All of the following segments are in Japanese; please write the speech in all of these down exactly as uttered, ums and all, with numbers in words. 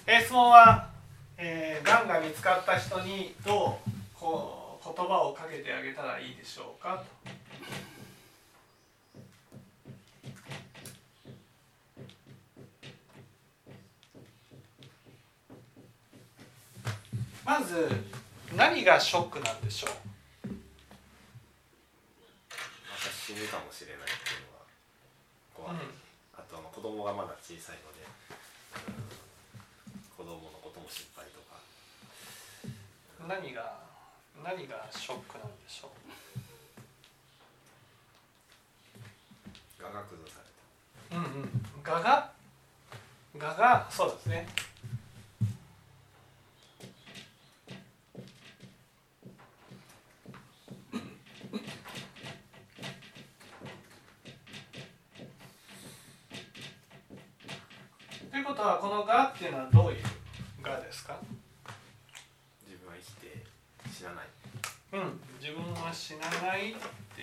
えー、質問は、えー、がんが見つかった人にどうこう言葉をかけてあげたらいいでしょうかと。まず何がショックなんでしょう。 また死ぬかもしれないっていうのが怖い、うん、あとは子供がまだ小さいので、うん、子供のことも心配とか。 何が何がショックなんでしょう。我が崩された。 うんうん。我が我がそうですね。ということはこの我っていうのはどういう我ですか。 自分は生きて死なない。 うん、自分は死なないっていう。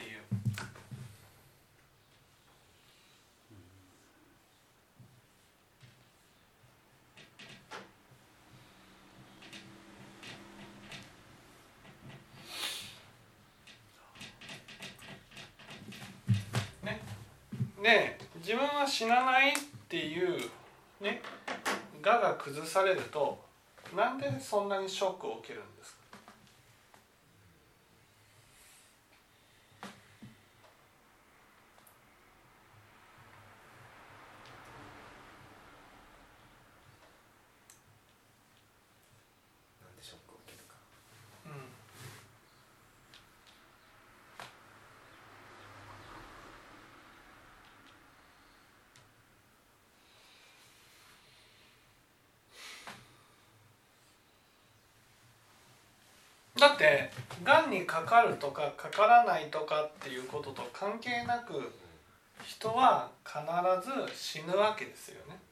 ね、で自分は死なないっていうね、我が崩されるとなんでそんなにショックを受けるんですか。 なんでショックを受けるか。 うん。だってがんにかかるとかかからないとかっていうことと関係なく人は必ず死ぬわけですよね。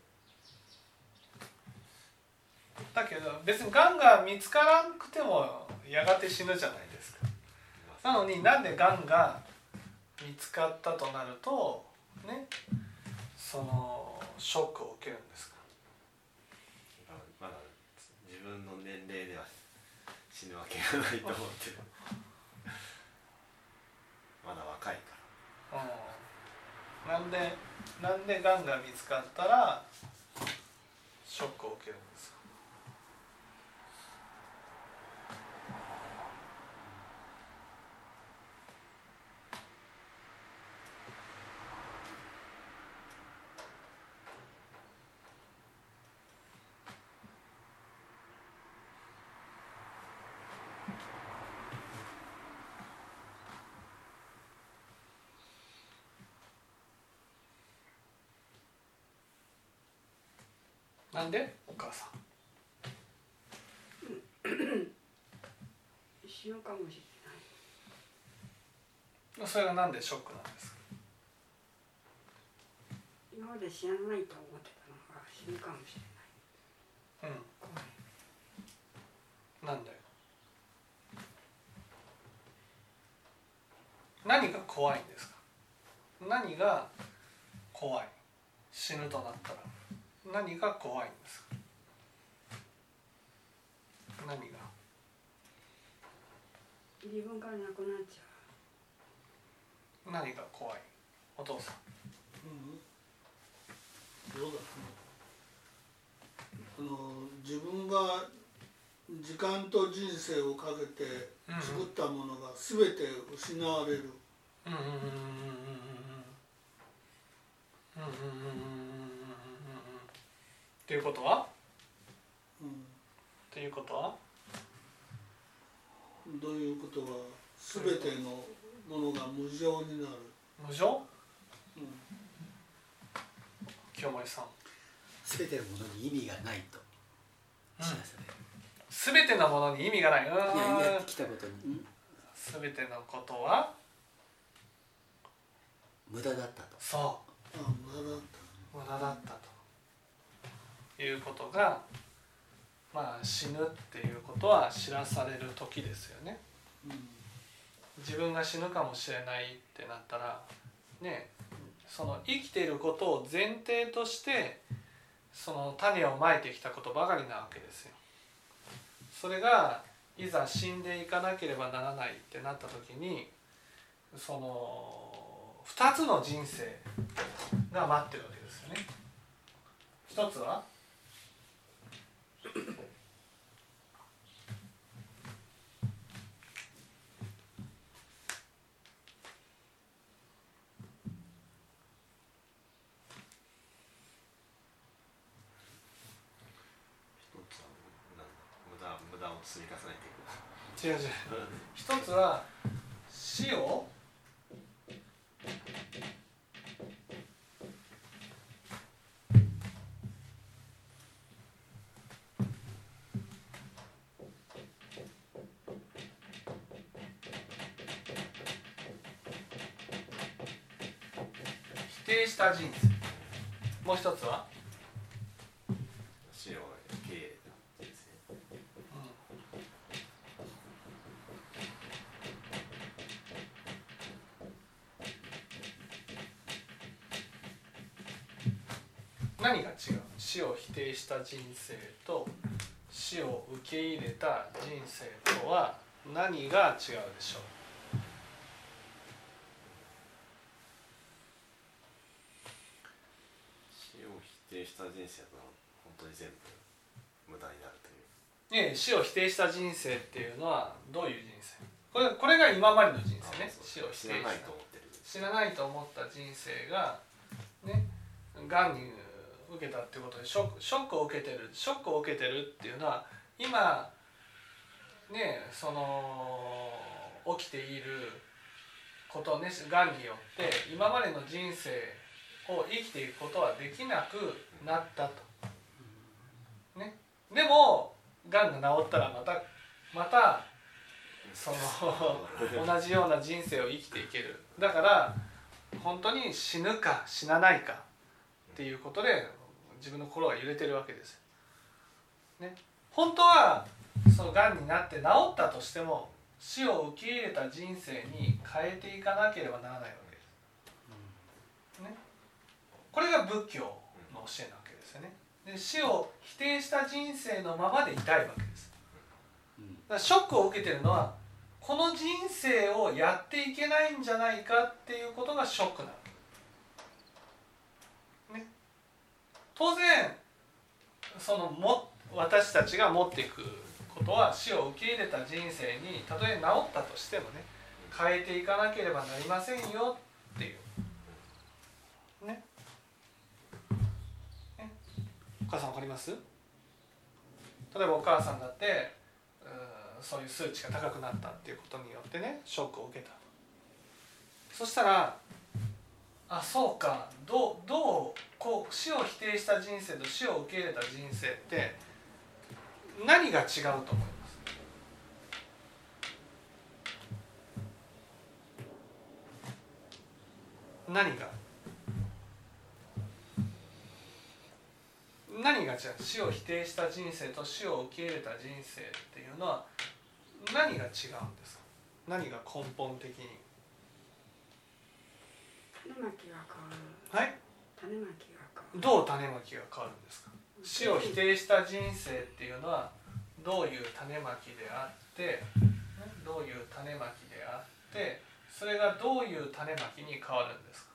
だけど別にがんが見つからなくてもやがて死ぬじゃないですか。なのになんでがんが見つかったとなるとね、そのショックを受けるんですか。 まだ自分の年齢では死ぬわけがないと思ってるまだ若いから、 うん、なんでなんでがんが見つかったらショックを受けるんですか。なんでお母さん死ぬかもしれない。 それがなんでショックなんですか。 今まで死なないと思ってたのが死ぬかもしれない。 うん。 怖い。 なんで何が怖いんですか。何が怖い。死ぬとなったら何が怖いんですか。何が自分からなくなっちゃう。何が怖いお父さん。 うん、そうだね。あの自分が時間と人生をかけて作ったものが全て失われる。 うんうんうんうんうんうんうんうんうんうんっていうことは、 うん、 っていうことはどういうことは全てのものが無常になる。 無常、 うん、 清盛さん。 全てのものに意味がないと知らされる。 すべてのものに意味がない。うん、 いややってきたことにすべてのことは無駄だったと。 そう。 あ、無駄だった。 無駄だったということが、まあ死ぬっていうことは知らされる時ですよね。 うん、 自分が死ぬかもしれないってなったらね、その生きていることを前提としてその種をまいてきたことばかりなわけですよ。それがいざ死んでいかなければならないってなった時に、そのふたつの人生が待ってるわけですよね。ひとつは無駄を積み重ねていく。 違う違う。一つは死を否定した人生。もう一つは死を受け入れた人生。 何が違う？死を否定した人生と死を受け入れた人生とは何が違うでしょう？ 死を否定した人生と本当に全部無駄になるという。 ええ、死を否定した人生っていうのはどういう人生？これ、これが今までの人生ね。死を否定した。 知らないと思ってる。 知らないと思った人生がね、がんに受けたっていうことでショック、ショックを受けてる、ショックを受けてるっていうのは今ね、その起きていることね、がんによって今までの人生を生きていくことはできなくなったと。ね、でもがんが治ったらまたまたその同じような人生を生きていける。だから本当に死ぬか死なないかっていうことで自分の心が揺れてるわけです。ね、本当はそのがんになって治ったとしても死を受け入れた人生に変えていかなければならないわけです。ね、これが仏教の教えなわけですよね。で、死を否定した人生のままでいたいわけです。だからショックを受けてるのはこの人生をやっていけないんじゃないかっていうことがショックなの。ね、当然そのも私たちが持っていくことは死を受け入れた人生にたとえ治ったとしてもね、変えていかなければなりませんよっていうね。ね、お母さんわかります？例えばお母さんだってそういう数値が高くなったっていうことによってね、ショックを受けた。そしたら、あ、そうか、どう、どうこう死を否定した人生と死を受け入れた人生って何が違うと思います？何が何が違う？死を否定した人生と死を受け入れた人生っていうのは何が違うんですか？何が根本的に？ 種まきが変わる。 はい。 種まきが変わる。 どう種まきが変わるんですか？死を否定した人生っていうのはどういう種まきであって、どういう種まきであって、それがどういう種まきに変わるんですか？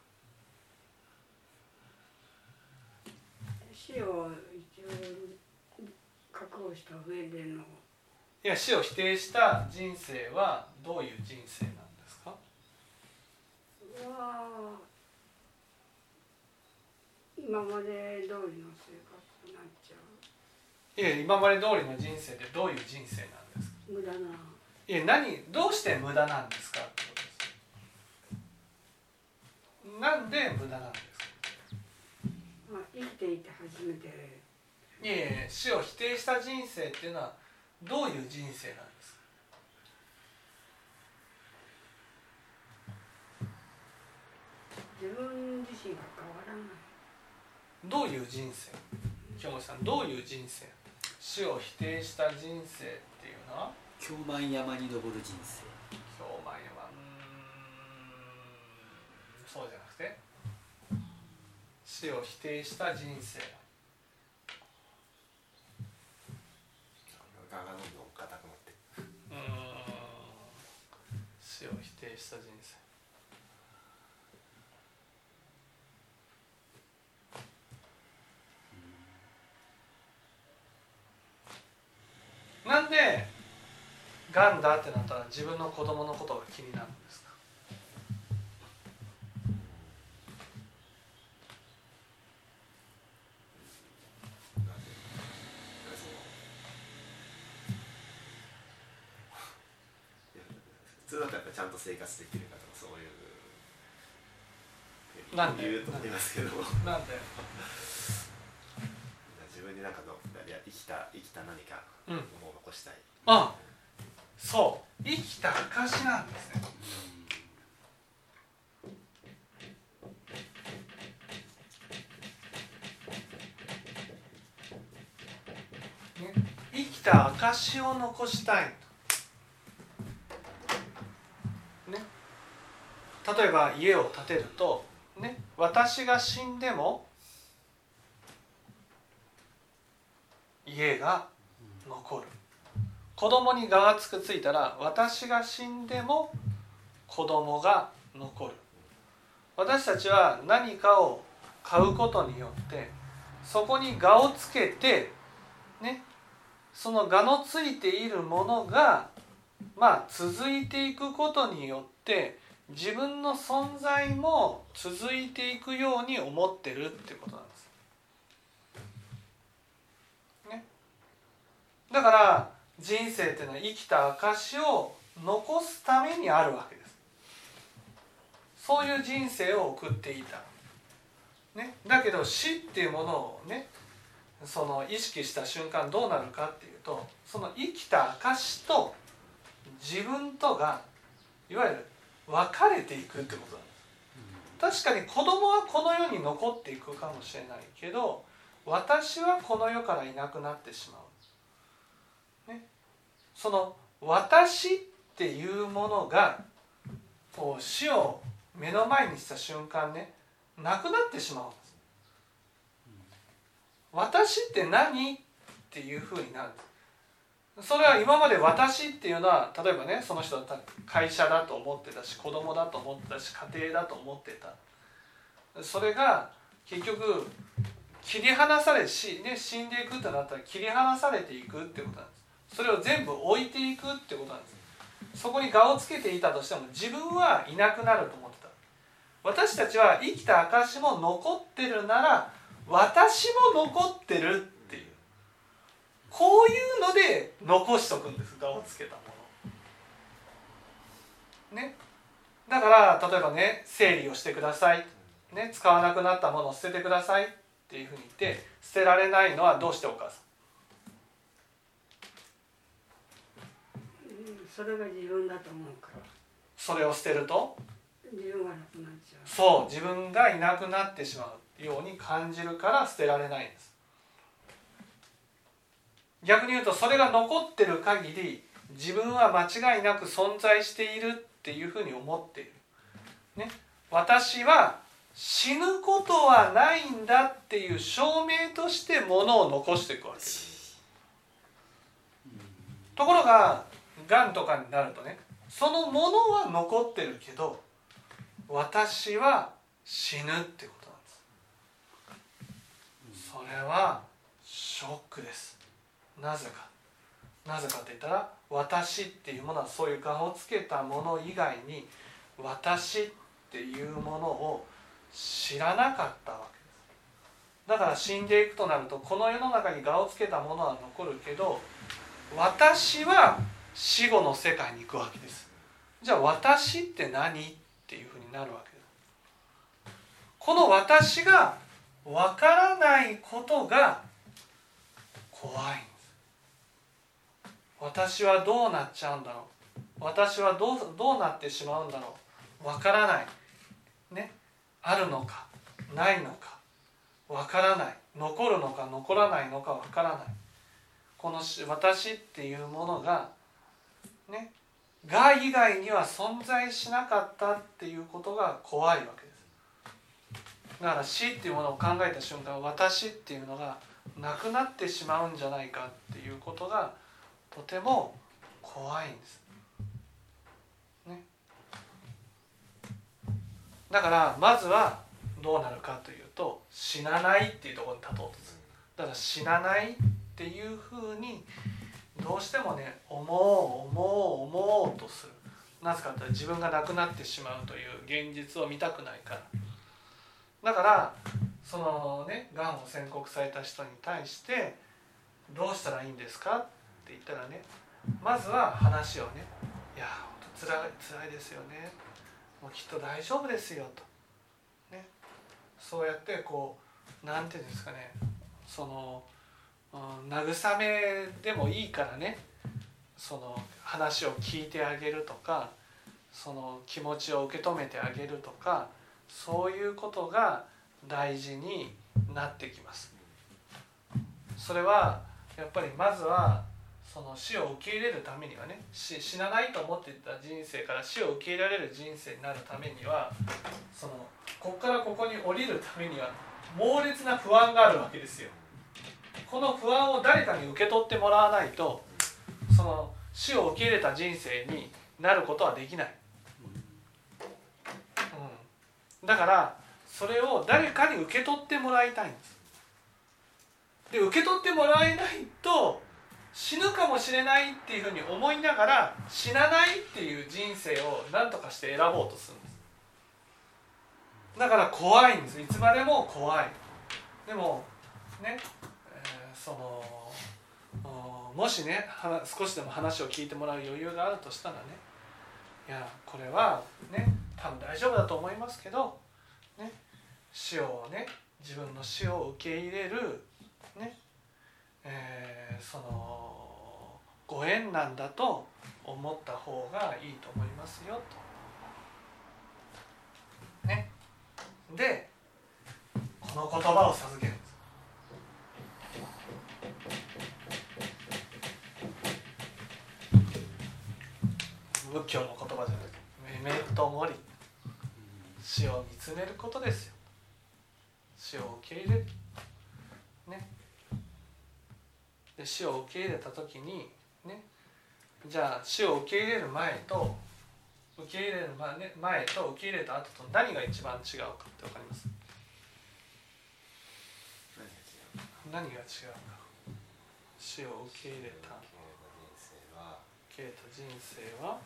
死を一応覚悟した上での。 いや、死を否定した人生はどういう人生なんですか？ うわ今まで通りの生活になっちゃう。 いや、今まで通りの人生ってどういう人生なんですか？ 無駄な。 いや、何、どうして無駄なんですかってことです。なんで無駄なんですか？ まあ、生きていて初めて。 いやいや、死を否定した人生っていうのはどういう人生なんですか？ 自分自身が変わらない。 どういう人生？京本さん、どういう人生？死を否定した人生っていうのは京満山に登る人生。 京満山、うーん、そうじゃなくて死を否定した人生。 定した人生。なんでがんだってなったら自分の子供のことが気になるんですか？ 普通だとやっぱりちゃんと生活できるかとかそういうなんで理由と思いますけどなんで自分になんかのいや生きた生きた何かものを残したい、 うん、あ、そう生きた証なんですね。ね、生きた証を残したい、ね、例えば家を建てると、ね、私が死んでも家が残る。子供に我がつくついたら私が死んでも子供が残る。私たちは何かを買うことによってそこに我をつけて、ね、その我のついているものが、まあ、続いていくことによって自分の存在も続いていくように思ってるってことなんです、ね、だから人生っていうのは生きた証を残すためにあるわけです。そういう人生を送っていた、ね、だけど死っていうものをねその意識した瞬間どうなるかっていうと、その生きた証と自分とがいわゆる分かれていくってことなんです。確かに子供はこの世に残っていくかもしれないけど私はこの世からいなくなってしまう、ね、その私っていうものがこう死を目の前にした瞬間ねなくなってしまうんです。私って何っていうふうになるんです。それは今まで私っていうのは例えばねその人は会社だと思ってたし子供だと思ってたし家庭だと思ってた。それが結局切り離されし、ね、死んでいくってなったら切り離されていくってことなんです。それを全部置いていくってことなんです。そこに我をつけていたとしても自分はいなくなると思ってた。私たちは生きた証も残ってるなら私も残ってるっていうこういうので残しとくんです。我をつけたものね。だから例えばね整理をしてください、ね、使わなくなったものを捨ててくださいっていうふうに言って捨てられないのはどうしてお母さん？ それが自分だと思うから。 それを捨てると自分がなくなっちゃう。 そう自分がいなくなってしまうように感じるから捨てられないんです。逆に言うとそれが残ってる限り自分は間違いなく存在しているっていうふうに思っている、ね、私は死ぬことはないんだっていう証明としてものを残していくわけです。ところががんとかになるとねそのものは残ってるけど私は死ぬってことなんです。それはショックです。なぜかなぜかって言ったら私っていうものはそういう我をつけたもの以外に私っていうものを知らなかったわけです。だから死んでいくとなるとこの世の中に我をつけたものは残るけど私は死後の世界に行くわけです。じゃあ私って何っていうふうになるわけです。この私がわからないことが怖いんです。私はどうなっちゃうんだろう、私はどう、どうなってしまうんだろう、わからない、ね、あるのかないのかわからない、残るのか残らないのかわからない、この私っていうものがねが以外には存在しなかったっていうことが怖いわけです。だから死っていうものを考えた瞬間私っていうのがなくなってしまうんじゃないかっていうことがとても怖いんです、ね、 だからまずはどうなるかというと、死なないっていうところに立とうとする。だから死なないっていうふうにどうしてもね思う思う思うとする。なぜかというと自分が亡くなってしまうという現実を見たくないから。だからそのねがんを宣告された人に対してどうしたらいいんですかって言ったらね、まずは話をね、いや本当つらいつらいですよね、もうきっと大丈夫ですよとね、そうやってこうなんていうんですかね、その、うん、慰めでもいいからね、その話を聞いてあげるとか、その気持ちを受け止めてあげるとか、そういうことが大事になってきます。それはやっぱりまずはその死を受け入れるためにはね、死、死なないと思っていた人生から死を受け入れられる人生になるためには、そのここからここに降りるためには猛烈な不安があるわけですよ。この不安を誰かに受け取ってもらわないと、その死を受け入れた人生になることはできない、うん、だからそれを誰かに受け取ってもらいたいんです。で受け取ってもらえないと死ぬかもしれないっていうふうに思いながら死なないっていう人生を何とかして選ぼうとするんです。だから怖いんです。いつまでも怖い。でもね、えー、そのもしね少しでも話を聞いてもらう余裕があるとしたらね、いやこれはね多分大丈夫だと思いますけど、ね、死をね自分の死を受け入れるね、えー、そのご縁なんだと思った方がいいと思いますよと。ね。で、この言葉を授けるんです。仏教の言葉じゃなくて、メメットモリ、死を見つめることですよ。死を受け入れる。ね。で死を受け入れた時にね、じゃあ死を受け入れる前と受け入れる前と受け入れた後と何が一番違うかって分かります？何が違うか。死を受け入れた受け入れた人生は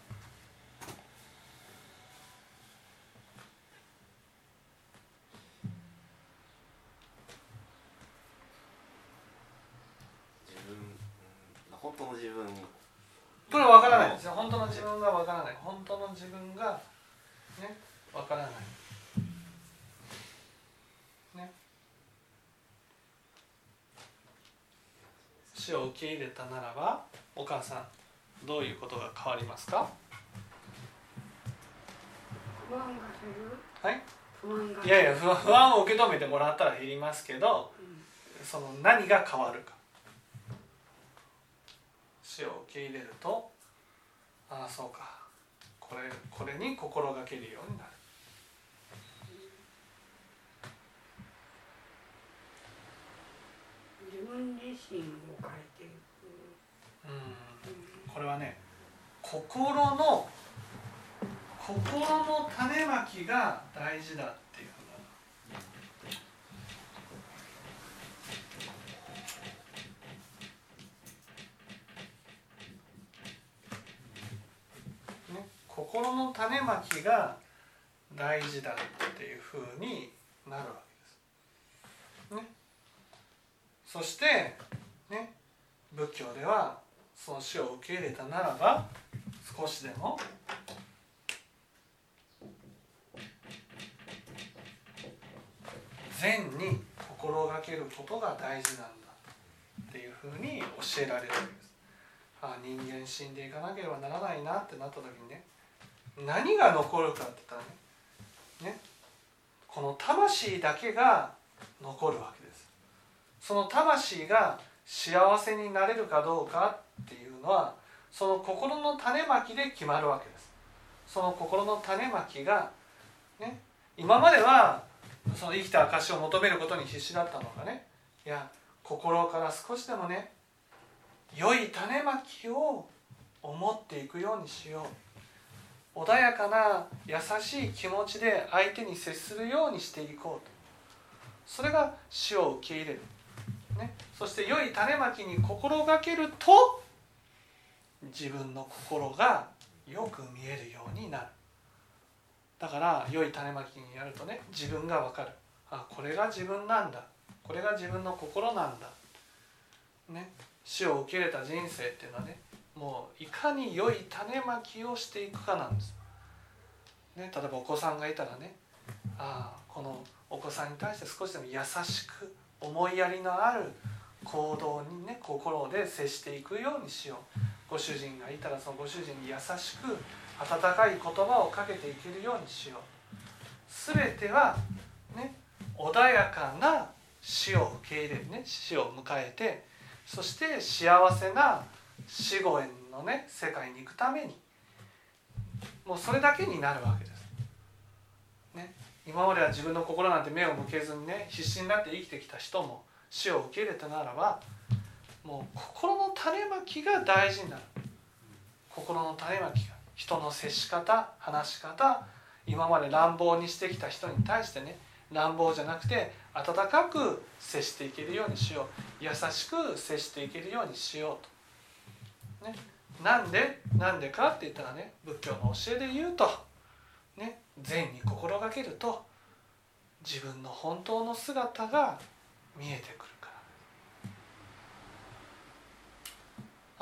本当の自分、 これは分からないですよ。本当の自分が分からない。本当の自分がね分からない。ね。死を受け入れたならば、お母さんどういうことが変わりますか？ 不安がする。 はい。 不安が。 いやいや不安を受け止めてもらったら減りますけど、うん、その何が変わるか。死を受け入れると、ああそうか、これこれに心がけるようになる。 自分自身を変えていく。 うん、これはね、心の心の種まきが大事だっていうふうな。心の種まきが大事だっていうふうになるわけです。ね、そして、ね、仏教ではその死を受け入れたならば少しでも善に心がけることが大事なんだっていうふうに教えられるわけです。ああ、人間死んでいかなければならないなってなった時にね、何が残るかって言ったら ね, ねこの魂だけが残るわけです。その魂が幸せになれるかどうかっていうのはその心の種まきで決まるわけです。その心の種まきが、ね、今まではその生きた証を求めることに必死だったのがね、いや心から少しでもね良い種まきを思っていくようにしよう。 穏やかな優しい気持ちで相手に接するようにしていこうと。それが死を受け入れる、ね、そして良い種まきに心がけると自分の心がよく見えるようになる。だから良い種まきにやるとね、自分が分かる。あ、これが自分なんだ、これが自分の心なんだ、ね、死を受け入れた人生っていうのはね、もういかに良い種まきをしていくかなんです、ね、例えばお子さんがいたらね、ああこのお子さんに対して少しでも優しく思いやりのある行動にね、心で接していくようにしよう。ご主人がいたらそのご主人に優しく温かい言葉をかけていけるようにしよう。全てはね、穏やかな死を受け入れるね、死を迎えて、そして幸せな死後へのね世界に行くために、もうそれだけになるわけです、ね、今までは自分の心なんて目を向けずにね必死になって生きてきた人も死を受け入れたならば、もう心の種まきが大事になる。心の種まきが、人の接し方、話し方、今まで乱暴にしてきた人に対してね、乱暴じゃなくて温かく接していけるようにしよう。優しく接していけるようにしようと、ね、なんでなんでかって言ったらね、仏教の教えで言うと、ね、善に心がけると自分の本当の姿が見えてくるから。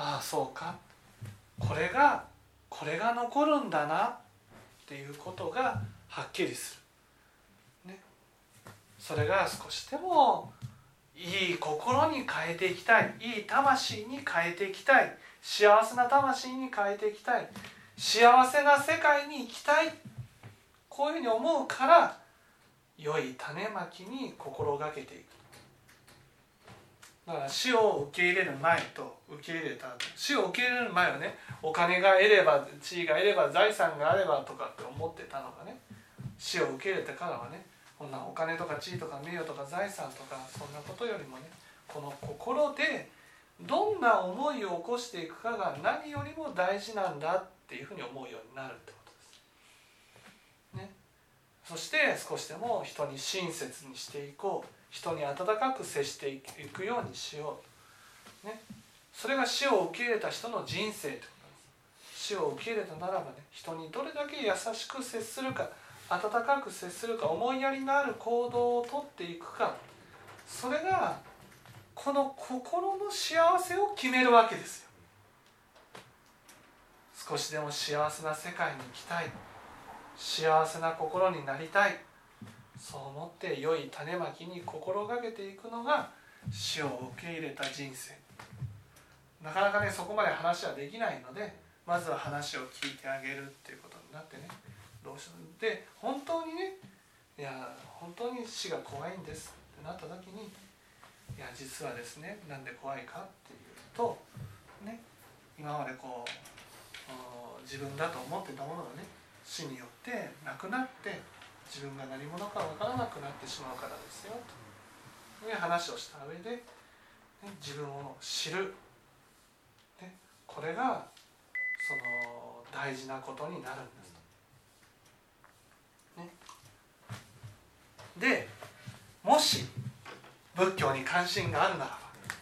ああそうか、これがこれが残るんだなっていうことがはっきりする、ね、それが少しでもいい心に変えていきたい、いい魂に変えていきたい、幸せな魂に変えていきたい、幸せな世界に行きたい、こういうふうに思うから良い種まきに心がけていく。だから死を受け入れる前と受け入れた後、死を受け入れる前はね、お金が得れば地位が得れば財産があればとかって思ってたのがね、死を受け入れてからはね、こんなお金とか地位とか名誉とか財産とかそんなことよりもね、この心でどんな思いを起こしていくかが何よりも大事なんだっていうふうに思うようになるってことです、ね、そして少しでも人に親切にしていこう、人に温かく接していくようにしよう、ね、それが死を受け入れた人の人生ということです。死を受け入れたならばね、人にどれだけ優しく接するか、温かく接するか、思いやりのある行動をとっていくか、それがこの心の幸せを決めるわけですよ。少しでも幸せな世界に行きたい、幸せな心になりたい、そう思って良い種まきに心がけていくのが死を受け入れた人生。なかなかねそこまで話はできないので、まずは話を聞いてあげるっていうことになってね、どうしようで本当にね、いや本当に死が怖いんですってなった時に、いや実はですね、なんで怖いかっていうとね、今までこう自分だと思ってたものがね、死によってなくなって自分が何者か分からなくなってしまうからですよという話をした上で、ね、自分を知る、ね、これがその大事なことになるんですと、ね、でもし仏教に関心があるならば、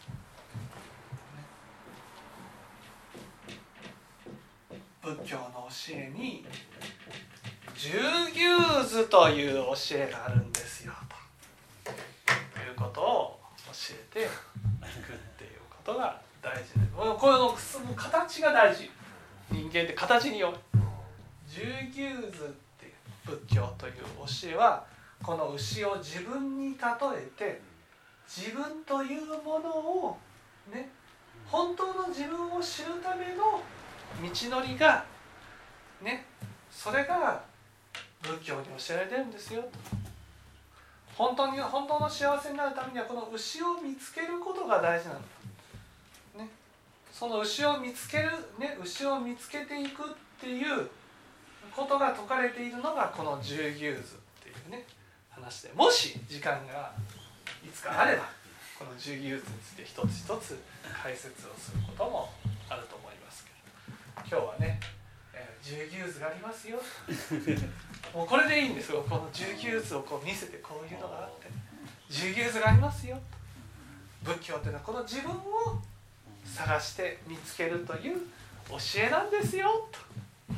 ね、仏教の教えに十牛図という教えがあるんですよということを教えていくっていうことが大事です。これの形が大事。人間って形による。十牛図っていう仏教という教えは、この牛を自分に例えて自分というものをね、本当の自分を知るための道のりがね、それが仏教に教えられてるんですよ。本当に本当の幸せになるためにはこの牛を見つけることが大事なんだ、ね、その牛を見つける、ね、牛を見つけていくっていうことが説かれているのがこの十牛図っていうね話で、もし時間がいつかあればこの十牛図について一つ一つ解説をすることもあると思いますけど、今日はねえー、十牛図がありますよもうこれでいいんですよ。この十牛図をこう見せて、こういうのがあって十牛図がありますよ。仏教っていうのはこの自分を探して見つけるという教えなんですよと、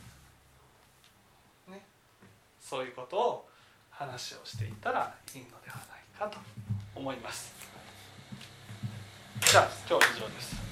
ね、そういうことを話をしていったらいいのではないかと思います。じゃあ今日は以上です。